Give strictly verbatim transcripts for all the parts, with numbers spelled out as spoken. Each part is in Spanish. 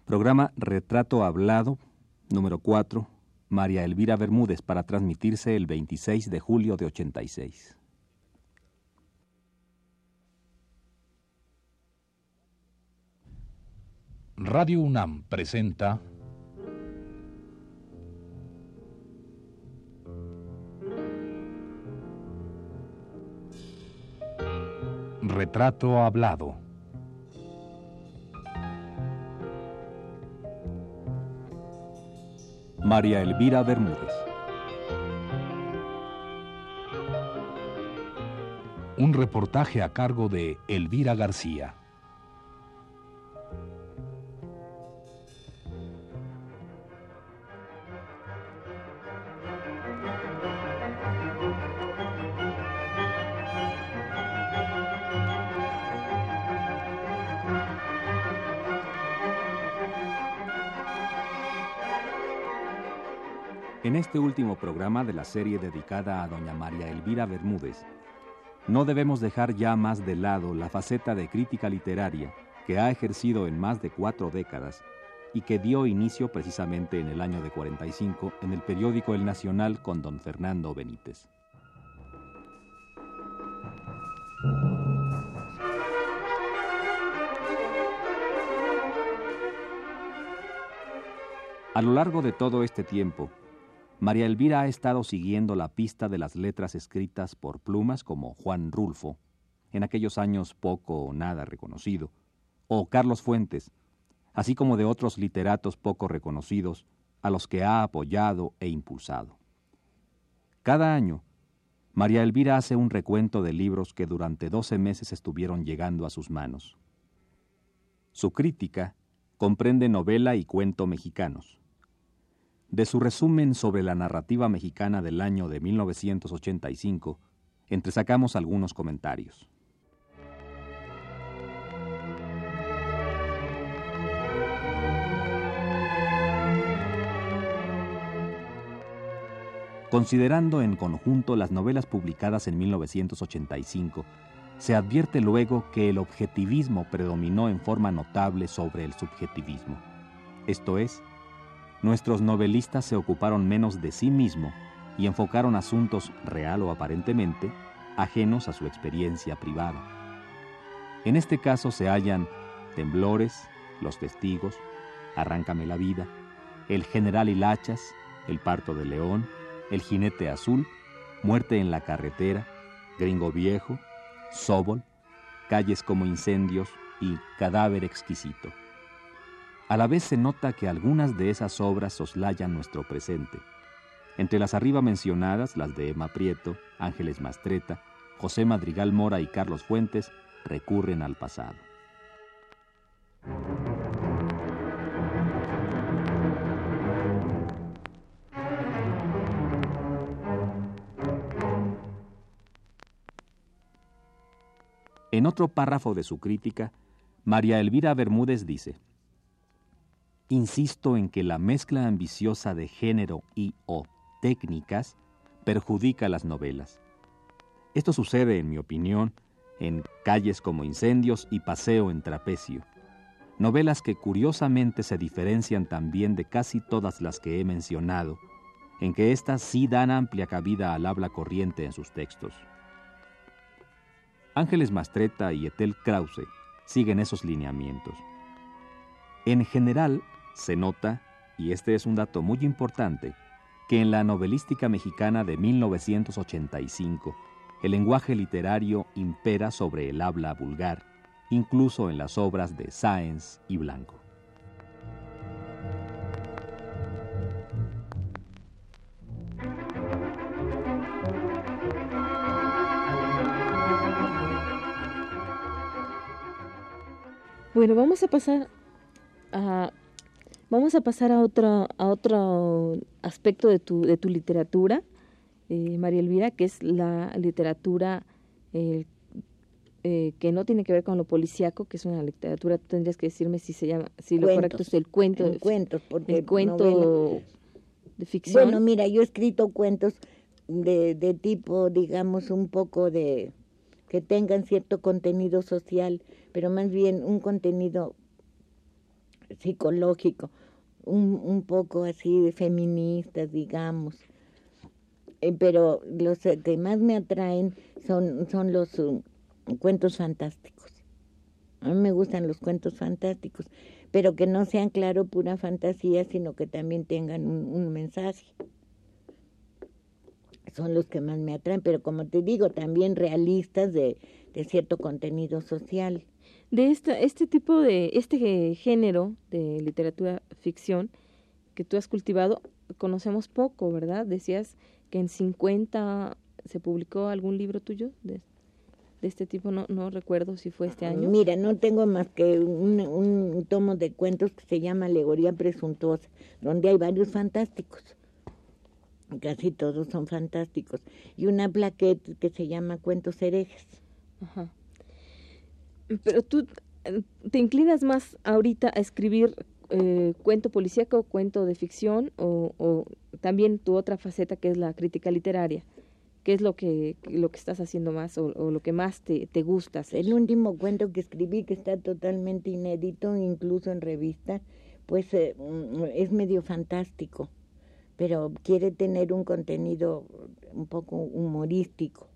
Programa Retrato Hablado, número cuatro, María Elvira Bermúdez, para transmitirse el veintiséis de julio de ochenta y seis. Radio UNAM presenta Retrato Hablado. María Elvira Bermúdez. Un reportaje a cargo de Elvira García. En este último programa de la serie dedicada a doña María Elvira Bermúdez, no debemos dejar ya más de lado la faceta de crítica literaria que ha ejercido en más de cuatro décadas y que dio inicio precisamente en el año de cuarenta y cinco en el periódico El Nacional con don Fernando Benítez. A lo largo de todo este tiempo, María Elvira ha estado siguiendo la pista de las letras escritas por plumas como Juan Rulfo, en aquellos años poco o nada reconocido, o Carlos Fuentes, así como de otros literatos poco reconocidos a los que ha apoyado e impulsado. Cada año, María Elvira hace un recuento de libros que durante doce meses estuvieron llegando a sus manos. Su crítica comprende novela y cuento mexicanos. De su resumen sobre la narrativa mexicana del año de mil novecientos ochenta y cinco, entresacamos algunos comentarios. Considerando en conjunto las novelas publicadas en mil novecientos ochenta y cinco, se advierte luego que el objetivismo predominó en forma notable sobre el subjetivismo. Esto es, nuestros novelistas se ocuparon menos de sí mismo y enfocaron asuntos, real o aparentemente, ajenos a su experiencia privada. En este caso se hallan Temblores, Los Testigos, Arráncame la vida, El General Hilachas, El Parto de León, El Jinete Azul, Muerte en la Carretera, Gringo Viejo, Sóbol, Calles como Incendios y Cadáver Exquisito. A la vez se nota que algunas de esas obras soslayan nuestro presente. Entre las arriba mencionadas, las de Emma Prieto, Ángeles Mastretta, José Madrigal Mora y Carlos Fuentes, recurren al pasado. En otro párrafo de su crítica, María Elvira Bermúdez dice: insisto en que la mezcla ambiciosa de género y o técnicas perjudica las novelas. Esto sucede, en mi opinión, en Calles como Incendios y Paseo en Trapecio, novelas que curiosamente se diferencian también de casi todas las que he mencionado, en que éstas sí dan amplia cabida al habla corriente en sus textos. Ángeles Mastretta y Ethel Krause siguen esos lineamientos. En general, se nota, y este es un dato muy importante, que en la novelística mexicana de mil novecientos ochenta y cinco, el lenguaje literario impera sobre el habla vulgar, incluso en las obras de Sáenz y Blanco. Bueno, vamos a pasar a vamos a pasar a otro a otro aspecto de tu de tu literatura, eh, María Elvira, que es la literatura eh, eh, que no tiene que ver con lo policíaco, que es una literatura, tú tendrías que decirme si se llama, si lo Cuentos. correcto es el cuento, El cuentos, porque el cuento novela. de ficción. Bueno, mira, yo he escrito cuentos de, de tipo, digamos, un poco de que tengan cierto contenido social, pero más bien un contenido psicológico, un, un poco así de feministas, digamos. Eh, pero los que más me atraen son, son los uh, cuentos fantásticos. A mí me gustan los cuentos fantásticos, pero que no sean, claro, pura fantasía, sino que también tengan un, un mensaje. Son los que más me atraen, pero como te digo, también realistas de, de cierto contenido social. De esta, este tipo de, este género de literatura ficción que tú has cultivado, conocemos poco, ¿verdad? Decías que en cincuenta se publicó algún libro tuyo de, de este tipo, no, no recuerdo si fue este año. Mira, no tengo más que un, un tomo de cuentos que se llama Alegoría Presuntuosa, donde hay varios fantásticos. Casi todos son fantásticos. Y una plaqueta que se llama Cuentos Herejes. Ajá. Pero tú te inclinas más ahorita a escribir eh, cuento policíaco, cuento de ficción, o, o también tu otra faceta que es la crítica literaria. ¿Qué es lo que lo que estás haciendo más o, o lo que más te, te gusta hacer? El último cuento que escribí, que está totalmente inédito, incluso en revista, pues eh, es medio fantástico, pero quiere tener un contenido un poco humorístico.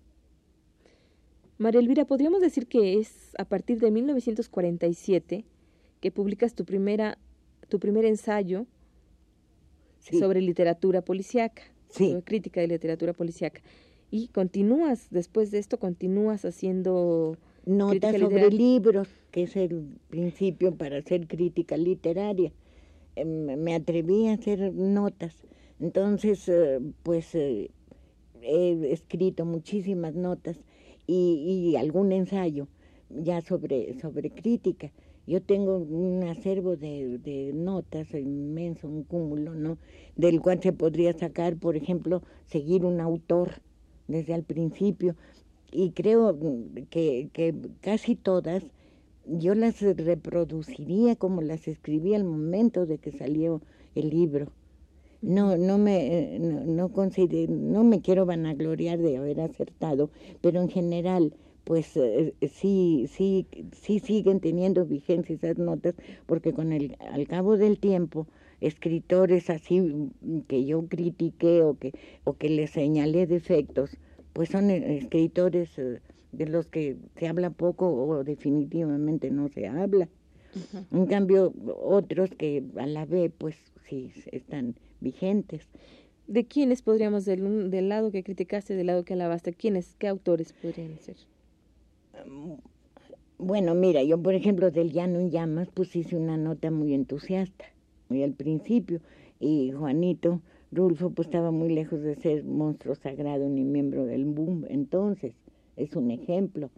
María Elvira, podríamos decir que es a partir de mil novecientos cuarenta y siete que publicas tu primera tu primer ensayo sí. sobre literatura policíaca, sí. sobre crítica de literatura policíaca. Y continúas, después de esto, continúas haciendo notas sobre literaria. Libros, que es el principio para hacer crítica literaria. Eh, me atreví a hacer notas. Entonces, eh, pues, eh, he escrito muchísimas notas y, y algún ensayo ya sobre, sobre crítica. Yo tengo un acervo de, de notas inmenso, un cúmulo, ¿no? Del cual se podría sacar, por ejemplo, seguir un autor desde el principio. Y creo que, que casi todas yo las reproduciría como las escribí al momento de que salió el libro. No, no me, no, no considero, no me quiero vanagloriar de haber acertado, pero en general, pues eh, sí, sí, sí siguen teniendo vigencia esas notas, porque con el, al cabo del tiempo, escritores así que yo critiqué o que, o que les señalé defectos, pues son escritores eh, de los que se habla poco o definitivamente no se habla. Uh-huh. En cambio, otros que a la vez, pues sí, están vigentes. ¿De quiénes podríamos, del, del lado que criticaste, del lado que alabaste, quiénes, qué autores podrían ser? Bueno, mira, yo por ejemplo del Llano en Llamas pues hice una nota muy entusiasta, muy al principio, y Juanito Rulfo pues estaba muy lejos de ser monstruo sagrado ni miembro del boom, entonces es un ejemplo.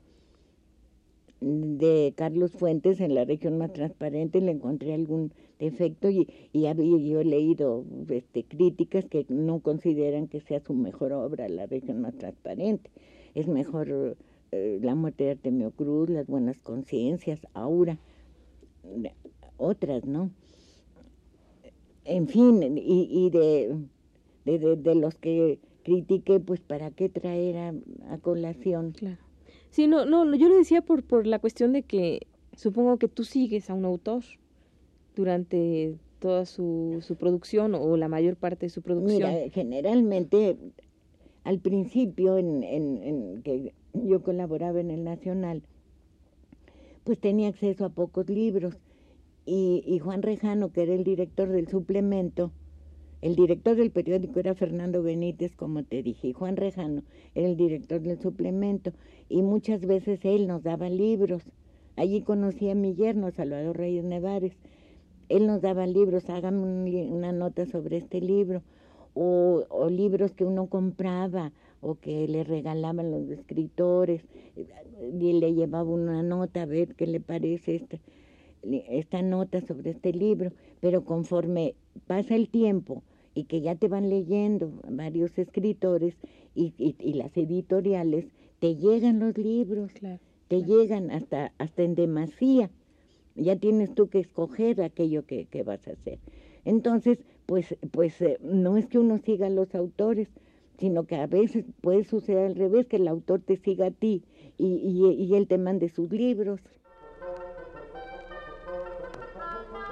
De Carlos Fuentes, En la región más transparente, le encontré algún defecto y, y había yo leído este, críticas que no consideran que sea su mejor obra, La región más transparente. Es mejor eh, La muerte de Artemio Cruz, Las buenas conciencias, Aura, otras, ¿no? En fin, y, y de, de, de, de los que critiqué, pues ¿para qué traer a, a colación? Claro. Sí, no, no, yo lo decía por, por la cuestión de que supongo que tú sigues a un autor durante toda su, su producción o la mayor parte de su producción. Mira, generalmente al principio en, en, en que yo colaboraba en el Nacional, pues tenía acceso a pocos libros y, y Juan Rejano, que era el director del suplemento, el director del periódico era Fernando Benítez, como te dije, y Juan Rejano era el director del suplemento, y muchas veces él nos daba libros. Allí conocí a mi yerno, Salvador Reyes Nevares. Él nos daba libros, hágame un, una nota sobre este libro, o, o libros que uno compraba, o que le regalaban los escritores, y le llevaba una nota a ver qué le parece esta, esta nota sobre este libro, pero conforme pasa el tiempo, y que ya te van leyendo varios escritores y, y, y las editoriales, te llegan los libros, claro, te claro. llegan hasta, hasta en demasía. Ya tienes tú que escoger aquello que, que vas a hacer. Entonces, pues, pues eh, no es que uno siga a los autores, sino que a veces puede suceder al revés, que el autor te siga a ti y, y, y él te mande sus libros.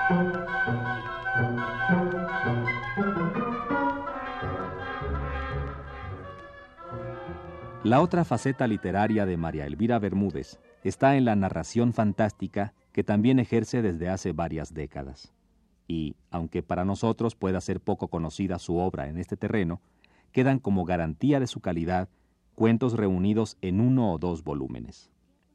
La otra faceta literaria de María Elvira Bermúdez está en la narración fantástica que también ejerce desde hace varias décadas. Y, aunque para nosotros pueda ser poco conocida su obra en este terreno, quedan como garantía de su calidad cuentos reunidos en uno o dos volúmenes.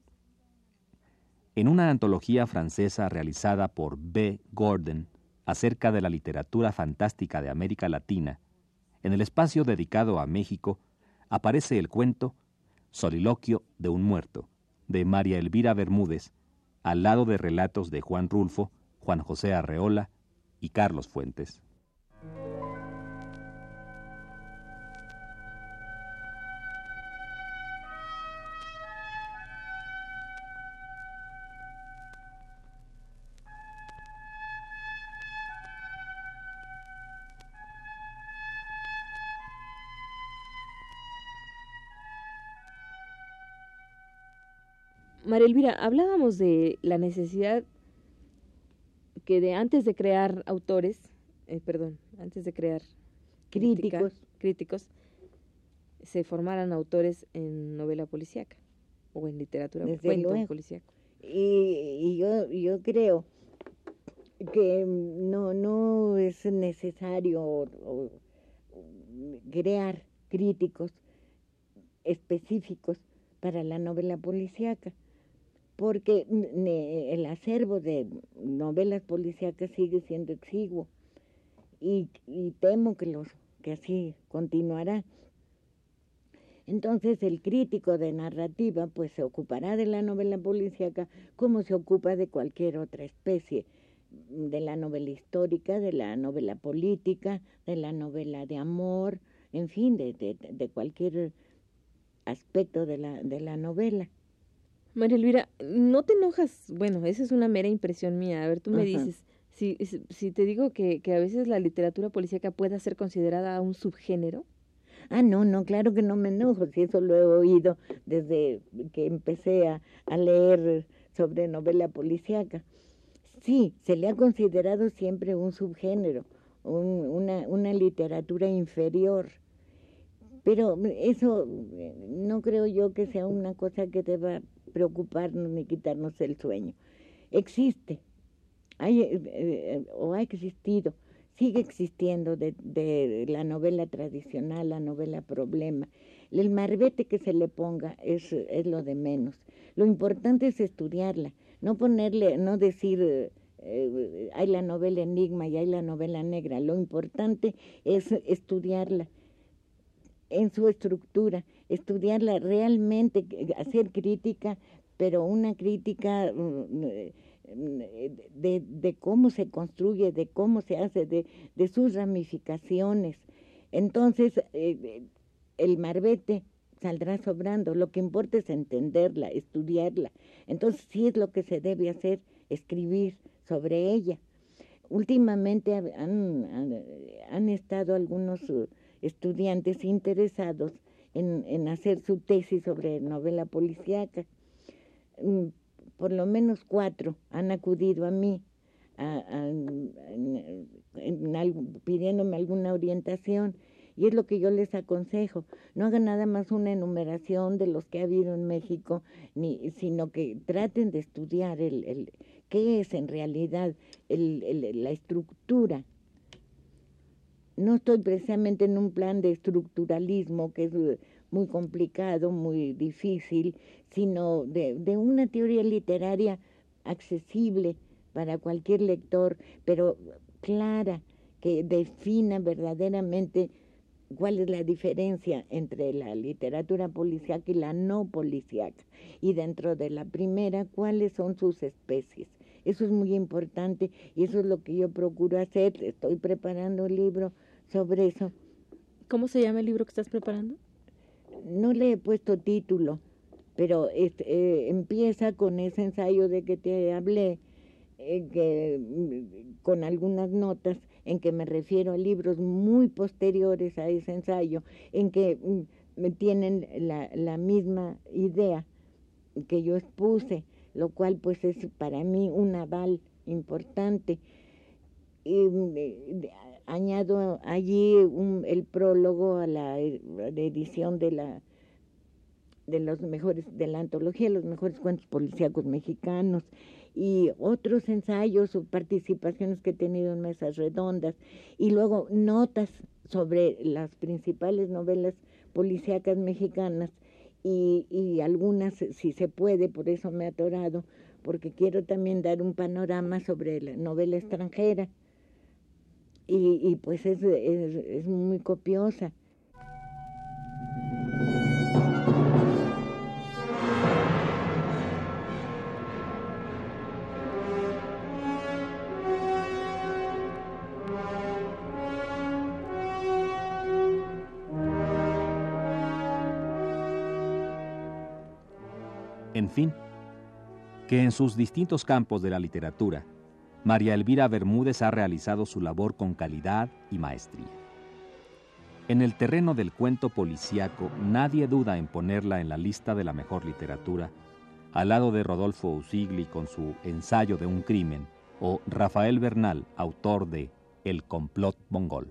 En una antología francesa realizada por B. Gordon acerca de la literatura fantástica de América Latina, en el espacio dedicado a México, aparece el cuento Soliloquio de un muerto, de María Elvira Bermúdez, al lado de relatos de Juan Rulfo, Juan José Arreola y Carlos Fuentes. María Elvira, hablábamos de la necesidad que de antes de crear autores, eh, perdón, antes de crear crítica, Críticos. críticos, se formaran autores en novela policíaca o en literatura, Desde cuento luego. policíaco. Y, y yo, yo creo que no, no es necesario o- o crear críticos específicos para la novela policíaca, porque ne- el acervo de novelas policíacas sigue siendo exiguo y, y temo que, los, que así continuará. Entonces el crítico de narrativa pues se ocupará de la novela policíaca como se ocupa de cualquier otra especie, de la novela histórica, de la novela política, de la novela de amor, en fin, de, de, de cualquier aspecto de la, de la novela. María Elvira, ¿no te enojas? Bueno, esa es una mera impresión mía. A ver, tú me Ajá. dices, si, si, si te digo que, que a veces la literatura policíaca pueda ser considerada un subgénero. Ah, no, no, claro que no me enojo, si eso lo he oído desde que empecé a, a leer sobre novela policíaca. Sí, se le ha considerado siempre un subgénero, un- una, una literatura inferior, pero eso eh, no creo yo que sea una cosa que deba preocuparnos ni quitarnos el sueño. Existe, hay, eh, eh, o ha existido, sigue existiendo de, de la novela tradicional, la novela problema. El marbete que se le ponga es, es lo de menos. Lo importante es estudiarla, no ponerle, no decir eh, eh, hay la novela enigma y hay la novela negra. Lo importante es estudiarla en su estructura, estudiarla realmente, hacer crítica, pero una crítica mm, de, de cómo se construye, de cómo se hace, de, de sus ramificaciones. Entonces, eh, el marbete saldrá sobrando. Lo que importa es entenderla, estudiarla. Entonces, sí es lo que se debe hacer, escribir sobre ella. Últimamente han, han, han estado algunos uh, estudiantes interesados en, en hacer su tesis sobre novela policíaca. Mm, por lo menos cuatro han acudido a mí a, a, en, en algo, pidiéndome alguna orientación, y es lo que yo les aconsejo. No hagan nada más una enumeración de los que ha habido en México, ni, sino que traten de estudiar el, el qué es en realidad el, el, la estructura. No estoy precisamente en un plan de estructuralismo, que es muy complicado, muy difícil, sino de, de una teoría literaria accesible para cualquier lector, pero clara, que defina verdaderamente cuál es la diferencia entre la literatura policíaca y la no policíaca, y dentro de la primera, cuáles son sus especies. Eso es muy importante y eso es lo que yo procuro hacer. Estoy preparando un libro sobre eso. ¿Cómo se llama el libro que estás preparando? No le he puesto título, pero este, eh, empieza con ese ensayo de que te hablé, eh, que, mm, con algunas notas en que me refiero a libros muy posteriores a ese ensayo, en que mm, tienen la, la misma idea que yo expuse, lo cual pues es para mí un aval importante. y, eh, añado allí un, el prólogo a la, la edición de la de los mejores, de la antología, los mejores cuentos policíacos mexicanos, y otros ensayos o participaciones que he tenido en mesas redondas, y luego notas sobre las principales novelas policíacas mexicanas, y, y algunas, si se puede, por eso me he atorado, porque quiero también dar un panorama sobre la novela extranjera, y, y pues es, es, es muy copiosa. En fin, que en sus distintos campos de la literatura, María Elvira Bermúdez ha realizado su labor con calidad y maestría. En el terreno del cuento policíaco, nadie duda en ponerla en la lista de la mejor literatura, al lado de Rodolfo Usigli con su Ensayo de un crimen, o Rafael Bernal, autor de El complot mongol.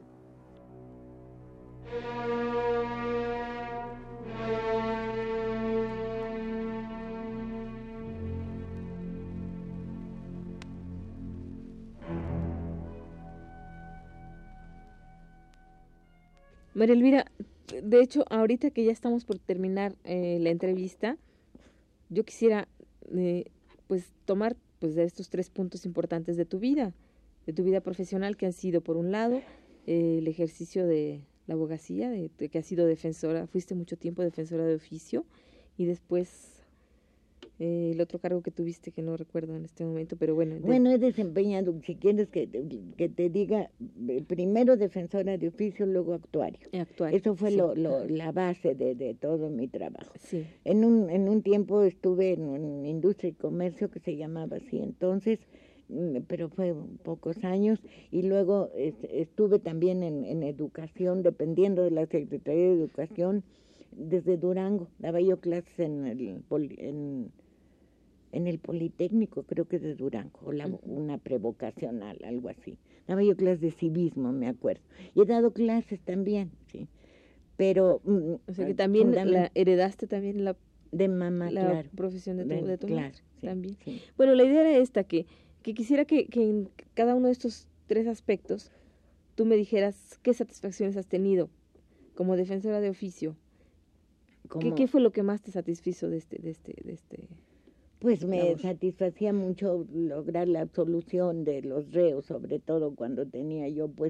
María Elvira, de hecho, ahorita que ya estamos por terminar eh, la entrevista, yo quisiera eh, pues tomar pues de estos tres puntos importantes de tu vida, de tu vida profesional, que han sido, por un lado, eh, el ejercicio de la abogacía, de, de que has sido defensora, fuiste mucho tiempo defensora de oficio, y después eh, el otro cargo que tuviste, que no recuerdo en este momento, pero bueno. De... Bueno, he desempeñado, si quieres que, que te diga, primero defensora de oficio, luego actuario. actuario Eso fue sí. lo, lo, la base de, de todo mi trabajo. Sí. En un, en un tiempo estuve en, en industria y comercio, que se llamaba así entonces, pero fue pocos años, y luego estuve también en, en educación, dependiendo de la Secretaría de Educación, desde Durango. Daba yo clases en el, en, en el Politécnico, creo que de Durango, o la, uh-huh. una prevocacional, algo así. Daba yo clases de civismo, me acuerdo. Y he dado clases también, sí. Pero... O sea que también la, heredaste también la... De mamá, la claro. profesión de tu, de, de tu claro, madre, sí, también. Sí. Bueno, la idea era esta, que, que quisiera que, que en cada uno de estos tres aspectos tú me dijeras qué satisfacciones has tenido como defensora de oficio. ¿Qué, ¿Qué fue lo que más te satisfizo de este, de este, de este? Pues me labor? satisfacía mucho lograr la absolución de los reos, sobre todo cuando tenía yo pues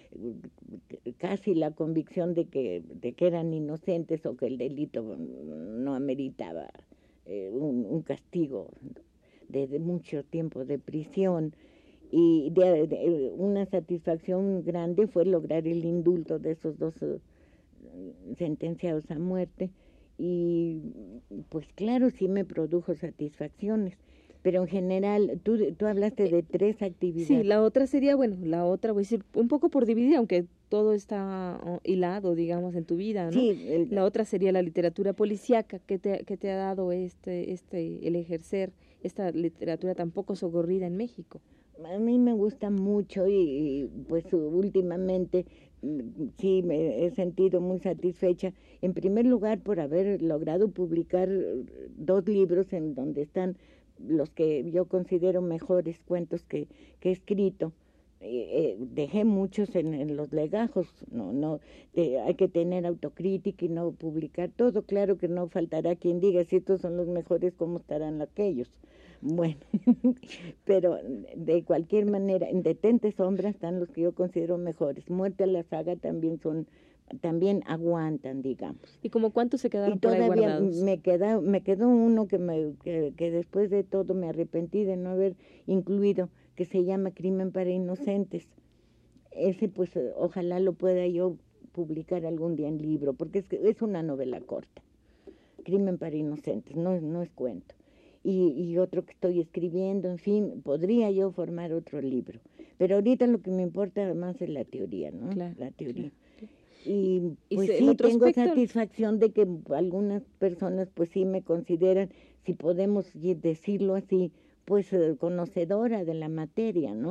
casi la convicción de que, de que eran inocentes o que el delito no ameritaba eh, un, un castigo de, de mucho tiempo de prisión. Y de, de, una satisfacción grande fue lograr el indulto de esos dos uh, sentenciados a muerte. Y pues claro, sí me produjo satisfacciones, pero en general, tú, tú hablaste de tres actividades. Sí, la otra sería, bueno, la otra, voy a decir, un poco por dividir, aunque todo está uh, hilado, digamos, en tu vida, ¿no? Sí, el, la otra sería la literatura policíaca, que te, que te ha dado este, este, el ejercer esta literatura tan poco socorrida en México. A mí me gusta mucho y, y pues últimamente sí me he sentido muy satisfecha, en primer lugar por haber logrado publicar dos libros en donde están los que yo considero mejores cuentos que, que he escrito. Eh, dejé muchos en, en los legajos, no, no, eh, hay que tener autocrítica y no publicar todo. Claro que no faltará quien diga, si estos son los mejores, ¿cómo estarán aquellos? Bueno, pero de cualquier manera, en Detente Sombra están los que yo considero mejores. Muerte a la Saga también son, también aguantan, digamos. ¿Y como cuántos se quedaron y por ahí todavía guardados? me queda, me quedó uno que me que, que después de todo me arrepentí de no haber incluido, que se llama Crimen para Inocentes. Ese pues ojalá lo pueda yo publicar algún día en libro, porque es, es una novela corta. Crimen para Inocentes, no, no es cuento. Y, y otro que estoy escribiendo, en fin, podría yo formar otro libro. Pero ahorita lo que me importa más es la teoría, ¿no? Claro, la teoría. Claro. Y pues ¿Y sí, tengo aspecto? satisfacción de que algunas personas pues sí me consideran, si podemos decirlo así, pues eh, conocedora de la materia, ¿no?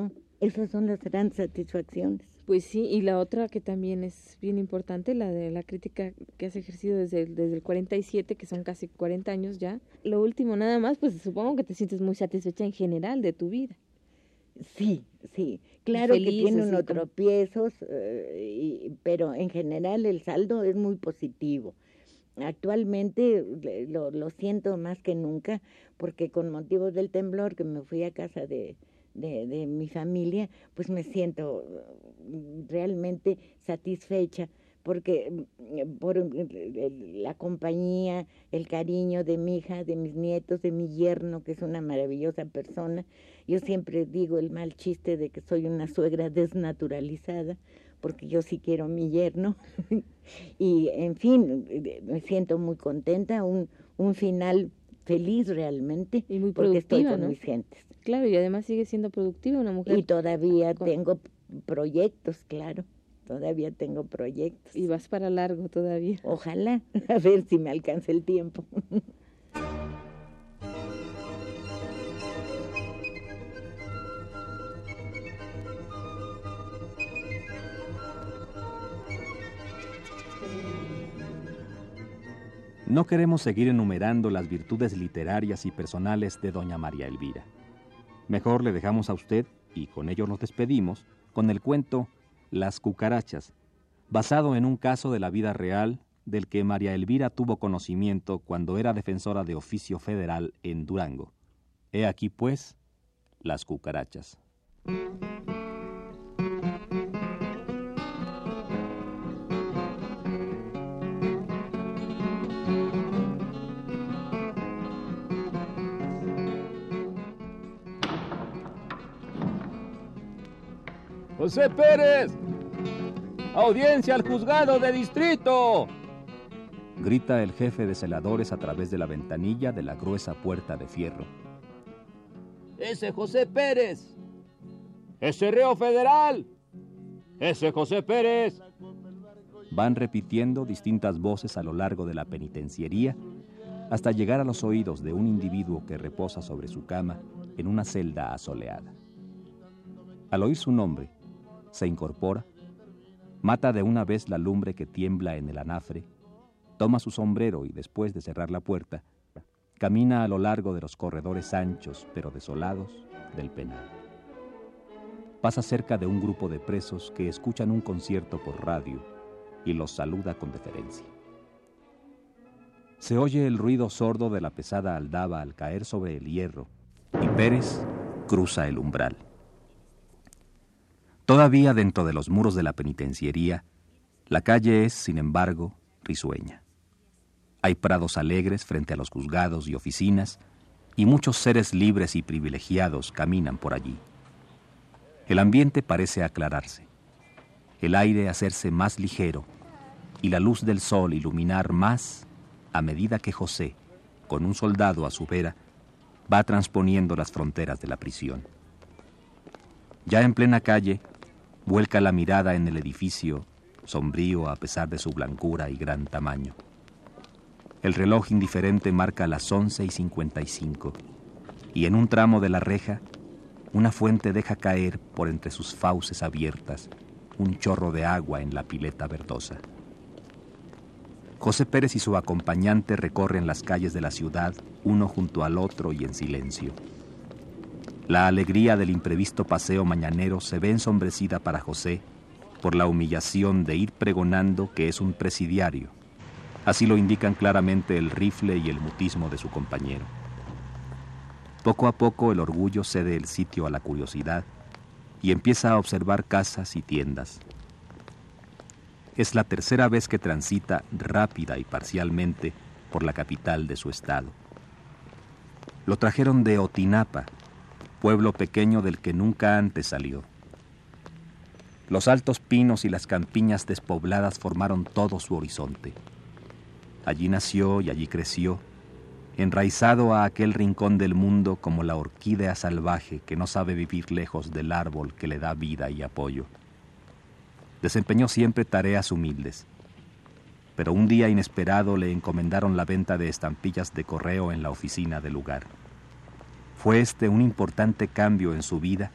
Esas son las grandes satisfacciones. Pues sí, y la otra que también es bien importante, la de la crítica que has ejercido desde el, desde el cuarenta y siete, que son casi cuarenta años ya. Lo último nada más, pues supongo que te sientes muy satisfecha en general de tu vida. Sí, sí, claro Feliz, que tiene así unos como... tropiezos, eh, y, pero en general el saldo es muy positivo. Actualmente lo, lo siento más que nunca, porque con motivo del temblor que me fui a casa de... De, de mi familia, pues me siento realmente satisfecha, porque por la compañía, el cariño de mi hija, de mis nietos, de mi yerno, que es una maravillosa persona. Yo siempre digo el mal chiste de que soy una suegra desnaturalizada, porque yo sí quiero a mi yerno. Y, en fin, me siento muy contenta, un, un final feliz realmente, y muy porque estoy con ¿no? mis gentes. Claro, y además sigue siendo productiva una mujer. Y todavía con... tengo proyectos, claro, todavía tengo proyectos. Y vas para largo todavía. Ojalá, a ver si me alcanza el tiempo. No queremos seguir enumerando las virtudes literarias y personales de doña María Elvira. Mejor le dejamos a usted, y con ello nos despedimos, con el cuento Las cucarachas, basado en un caso de la vida real del que María Elvira tuvo conocimiento cuando era defensora de oficio federal en Durango. He aquí, pues, Las cucarachas. José Pérez, audiencia al juzgado de distrito. Grita el jefe de celadores a través de la ventanilla de la gruesa puerta de fierro. Ese José Pérez, ese reo federal, ese José Pérez. Van repitiendo distintas voces a lo largo de la penitenciaría hasta llegar a los oídos de un individuo que reposa sobre su cama en una celda asoleada. Al oír su nombre, se incorpora, mata de una vez la lumbre que tiembla en el anafre, toma su sombrero y después de cerrar la puerta, camina a lo largo de los corredores anchos pero desolados del penal. Pasa cerca de un grupo de presos que escuchan un concierto por radio y los saluda con deferencia. Se oye el ruido sordo de la pesada aldaba al caer sobre el hierro y Pérez cruza el umbral. Todavía dentro de los muros de la penitenciaría, la calle es, sin embargo, risueña. Hay prados alegres frente a los juzgados y oficinas, y muchos seres libres y privilegiados caminan por allí. El ambiente parece aclararse, el aire hacerse más ligero, y la luz del sol iluminar más a medida que José, con un soldado a su vera, va transponiendo las fronteras de la prisión. Ya en plena calle, vuelca la mirada en el edificio, sombrío a pesar de su blancura y gran tamaño. El reloj indiferente marca las once y cincuenta y cinco, y en un tramo de la reja, una fuente deja caer por entre sus fauces abiertas un chorro de agua en la pileta verdosa. José Pérez y su acompañante recorren las calles de la ciudad, uno junto al otro y en silencio. La alegría del imprevisto paseo mañanero se ve ensombrecida para José por la humillación de ir pregonando que es un presidiario. Así lo indican claramente el rifle y el mutismo de su compañero. Poco a poco el orgullo cede el sitio a la curiosidad y empieza a observar casas y tiendas. Es la tercera vez que transita rápida y parcialmente por la capital de su estado. Lo trajeron de Otinapa, pueblo pequeño del que nunca antes salió. Los altos pinos y las campiñas despobladas formaron todo su horizonte. Allí nació y allí creció, enraizado a aquel rincón del mundo como la orquídea salvaje que no sabe vivir lejos del árbol que le da vida y apoyo. Desempeñó siempre tareas humildes, pero un día inesperado le encomendaron la venta de estampillas de correo en la oficina del lugar. Fue este un importante cambio en su vida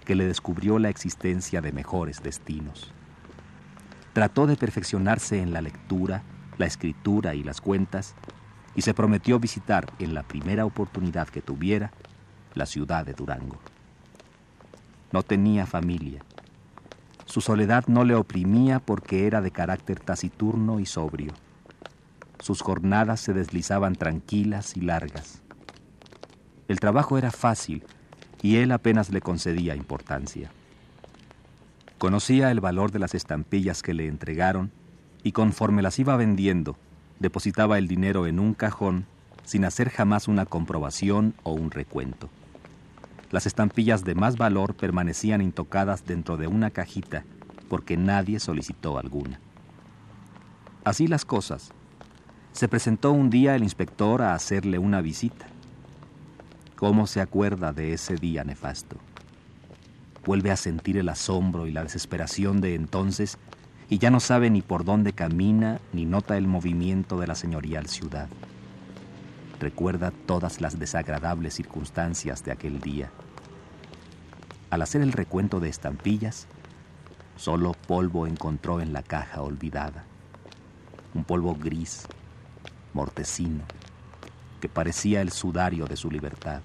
que le descubrió la existencia de mejores destinos. Trató de perfeccionarse en la lectura, la escritura y las cuentas, y se prometió visitar en la primera oportunidad que tuviera la ciudad de Durango. No tenía familia. Su soledad no le oprimía porque era de carácter taciturno y sobrio. Sus jornadas se deslizaban tranquilas y largas. El trabajo era fácil y él apenas le concedía importancia. Conocía el valor de las estampillas que le entregaron y conforme las iba vendiendo, depositaba el dinero en un cajón sin hacer jamás una comprobación o un recuento. Las estampillas de más valor permanecían intocadas dentro de una cajita porque nadie solicitó alguna. Así las cosas, se presentó un día el inspector a hacerle una visita. ¿Cómo se acuerda de ese día nefasto? Vuelve a sentir el asombro y la desesperación de entonces y ya no sabe ni por dónde camina ni nota el movimiento de la señorial ciudad. Recuerda todas las desagradables circunstancias de aquel día. Al hacer el recuento de estampillas, solo polvo encontró en la caja olvidada. Un polvo gris, mortecino, que parecía el sudario de su libertad.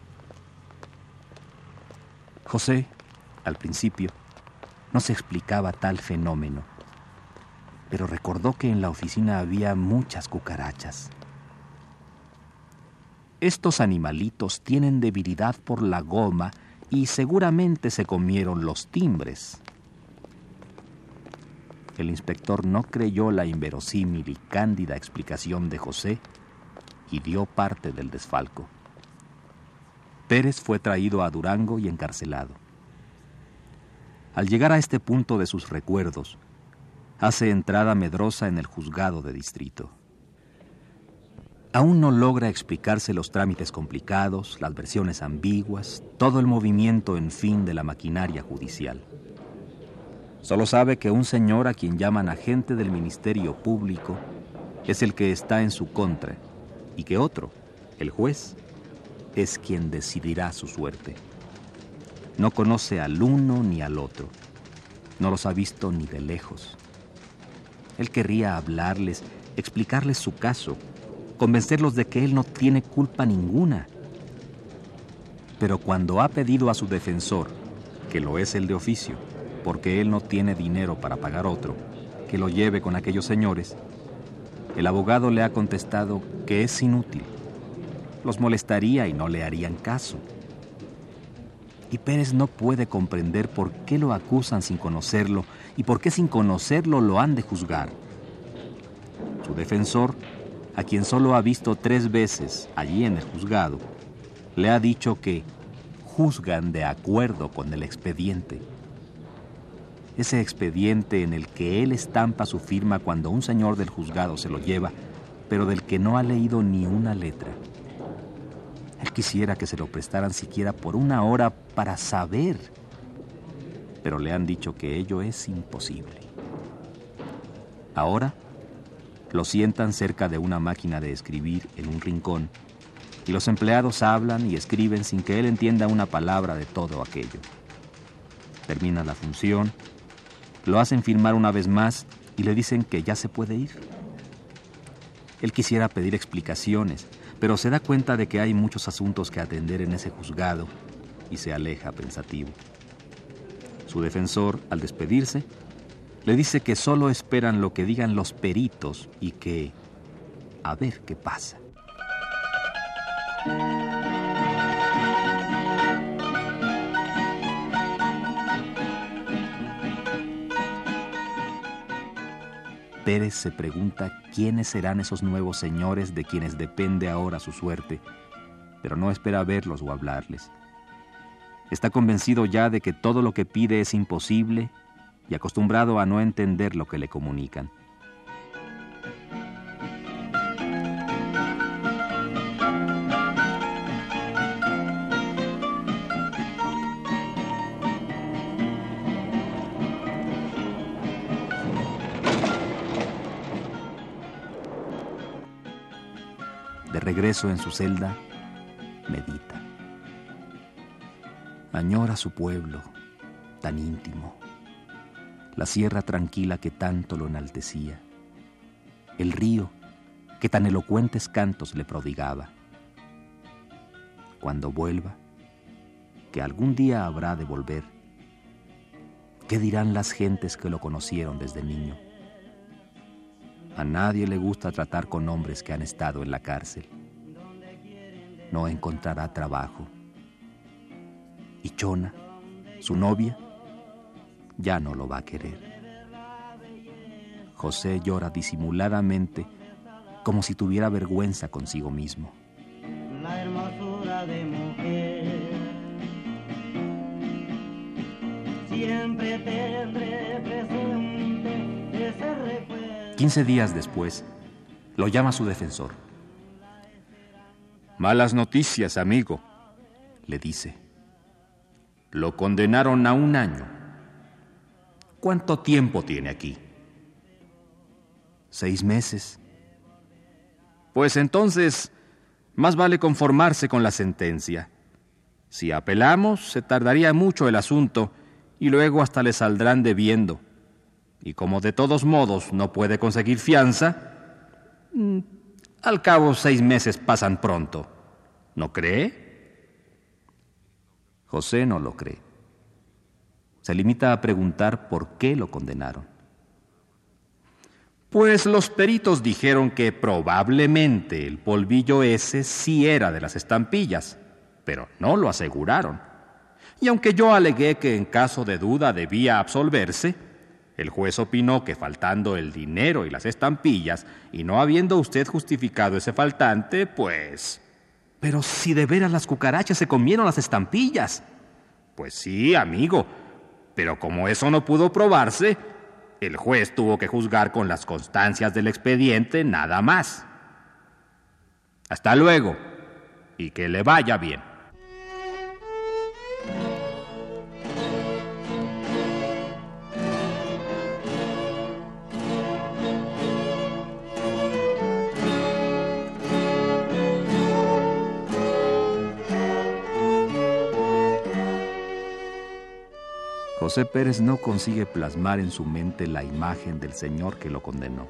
José, al principio, no se explicaba tal fenómeno, pero recordó que en la oficina había muchas cucarachas. Estos animalitos tienen debilidad por la goma y seguramente se comieron los timbres. El inspector no creyó la inverosímil y cándida explicación de José y dio parte del desfalco. Pérez fue traído a Durango y encarcelado. Al llegar a este punto de sus recuerdos, hace entrada medrosa en el juzgado de distrito. Aún no logra explicarse los trámites complicados, las versiones ambiguas, todo el movimiento, en fin, de la maquinaria judicial. Solo sabe que un señor a quien llaman agente del Ministerio Público es el que está en su contra y que otro, el juez, es quien decidirá su suerte. No conoce al uno ni al otro. No los ha visto ni de lejos. Él querría hablarles, explicarles su caso, convencerlos de que él no tiene culpa ninguna. Pero cuando ha pedido a su defensor, que lo es el de oficio, porque él no tiene dinero para pagar otro, que lo lleve con aquellos señores, el abogado le ha contestado que es inútil. Los molestaría y no le harían caso. Y Pérez no puede comprender por qué lo acusan sin conocerlo y por qué sin conocerlo lo han de juzgar. Su defensor, a quien solo ha visto tres veces allí en el juzgado, le ha dicho que juzgan de acuerdo con el expediente. Ese expediente en el que él estampa su firma cuando un señor del juzgado se lo lleva, pero del que no ha leído ni una letra. Él quisiera que se lo prestaran siquiera por una hora para saber, pero le han dicho que ello es imposible. Ahora lo sientan cerca de una máquina de escribir en un rincón y los empleados hablan y escriben sin que él entienda una palabra de todo aquello. Termina la función, lo hacen firmar una vez más y le dicen que ya se puede ir. Él quisiera pedir explicaciones, pero se da cuenta de que hay muchos asuntos que atender en ese juzgado y se aleja pensativo. Su defensor, al despedirse, le dice que solo esperan lo que digan los peritos y que a ver qué pasa. Pérez se pregunta quiénes serán esos nuevos señores de quienes depende ahora su suerte, pero no espera verlos o hablarles. Está convencido ya de que todo lo que pide es imposible y acostumbrado a no entender lo que le comunican. De regreso en su celda, medita. Añora su pueblo, tan íntimo, la sierra tranquila que tanto lo enaltecía, el río que tan elocuentes cantos le prodigaba. Cuando vuelva, que algún día habrá de volver, ¿qué dirán las gentes que lo conocieron desde niño? A nadie le gusta tratar con hombres que han estado en la cárcel. No encontrará trabajo. Y Chona, su novia, ya no lo va a querer. José llora disimuladamente, como si tuviera vergüenza consigo mismo. La hermosura de mujer, siempre tendré presente ese recuerdo. Quince días después, lo llama su defensor. Malas noticias, amigo, le dice. Lo condenaron a un año. ¿Cuánto tiempo tiene aquí? Seis meses. Pues entonces, más vale conformarse con la sentencia. Si apelamos, se tardaría mucho el asunto y luego hasta le saldrán debiendo. Y como de todos modos no puede conseguir fianza, al cabo seis meses pasan pronto. ¿No cree? José no lo cree. Se limita a preguntar por qué lo condenaron. Pues los peritos dijeron que probablemente el polvillo ese sí era de las estampillas, pero no lo aseguraron. Y aunque yo alegué que en caso de duda debía absolverse, el juez opinó que faltando el dinero y las estampillas, y no habiendo usted justificado ese faltante, pues... Pero si de veras las cucarachas se comieron las estampillas. Pues sí, amigo, pero como eso no pudo probarse, el juez tuvo que juzgar con las constancias del expediente nada más. Hasta luego, y que le vaya bien. José Pérez no consigue plasmar en su mente la imagen del señor que lo condenó.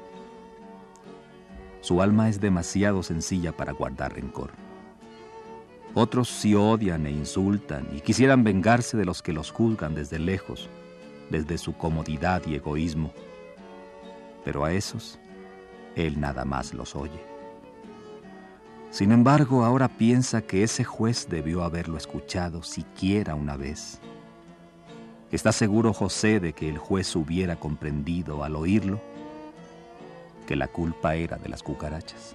Su alma es demasiado sencilla para guardar rencor. Otros sí odian e insultan y quisieran vengarse de los que los juzgan desde lejos, desde su comodidad y egoísmo. Pero a esos, él nada más los oye. Sin embargo, ahora piensa que ese juez debió haberlo escuchado siquiera una vez. ¿Está seguro José de que el juez hubiera comprendido al oírlo que la culpa era de las cucarachas?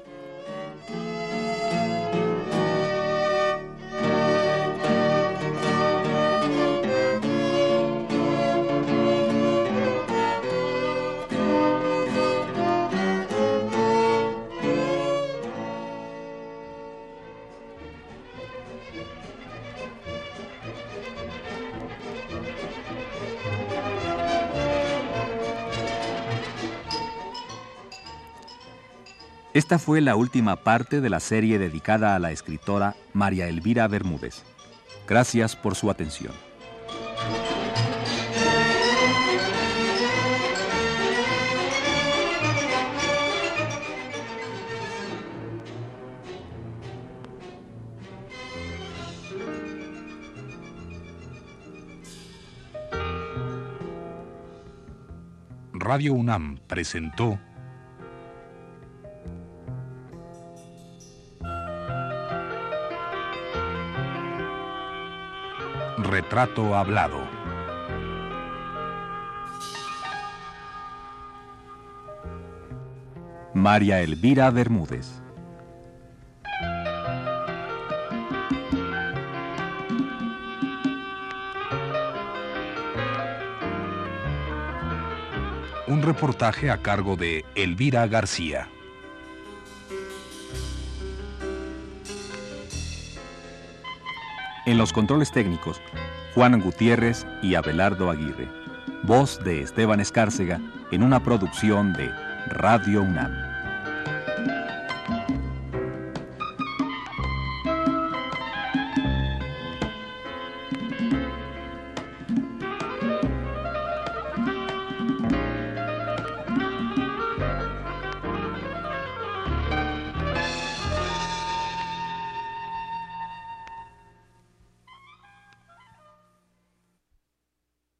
Esta fue la última parte de la serie dedicada a la escritora María Elvira Bermúdez. Gracias por su atención. Radio UNAM presentó Retrato Hablado. María Elvira Bermúdez. Un reportaje a cargo de Elvira García. En los controles técnicos, Juan Gutiérrez y Abelardo Aguirre. Voz de Esteban Escárcega en una producción de Radio UNAM.